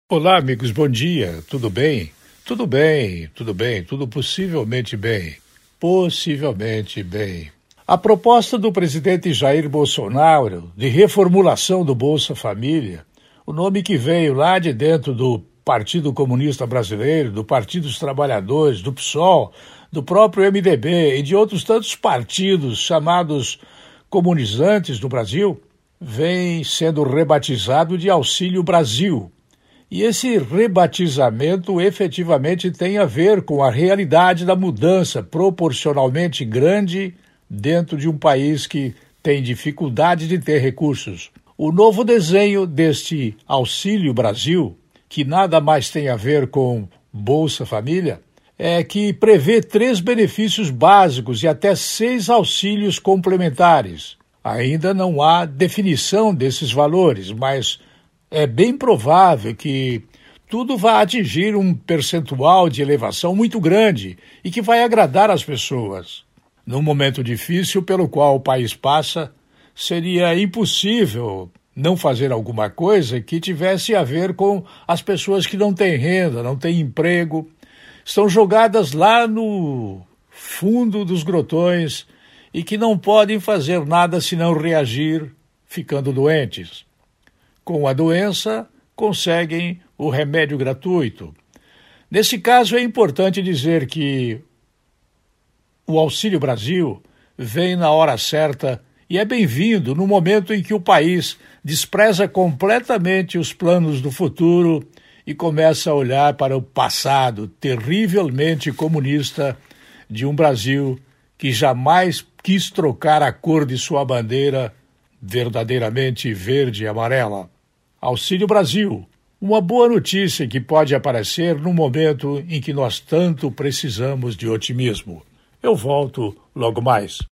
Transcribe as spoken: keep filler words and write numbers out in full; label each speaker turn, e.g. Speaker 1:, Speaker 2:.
Speaker 1: Olá, amigos, bom dia. Tudo bem? Tudo bem, tudo bem, tudo possivelmente bem. Possivelmente bem. A proposta do presidente Jair Bolsonaro de reformulação do Bolsa Família, o nome que veio lá de dentro do Partido Comunista Brasileiro, do Partido dos Trabalhadores, do PSOL, do próprio M D B e de outros tantos partidos chamados comunizantes do Brasil, vem sendo rebatizado de Auxílio Brasil. E esse rebatizamento efetivamente tem a ver com a realidade da mudança proporcionalmente grande dentro de um país que tem dificuldade de ter recursos. O novo desenho deste Auxílio Brasil, que nada mais tem a ver com Bolsa Família, é que prevê três benefícios básicos e até seis auxílios complementares. Ainda não há definição desses valores, mas é bem provável que tudo vá atingir um percentual de elevação muito grande e que vai agradar as pessoas. Num momento difícil pelo qual o país passa, seria impossível não fazer alguma coisa que tivesse a ver com as pessoas que não têm renda, não têm emprego, estão jogadas lá no fundo dos grotões e que não podem fazer nada senão reagir ficando doentes. Com a doença, conseguem o remédio gratuito. Nesse caso, é importante dizer que o Auxílio Brasil vem na hora certa e é bem-vindo no momento em que o país despreza completamente os planos do futuro e começa a olhar para o passado terrivelmente comunista de um Brasil que jamais quis trocar a cor de sua bandeira verdadeiramente verde e amarela. Auxílio Brasil, uma boa notícia que pode aparecer no momento em que nós tanto precisamos de otimismo. Eu volto logo mais.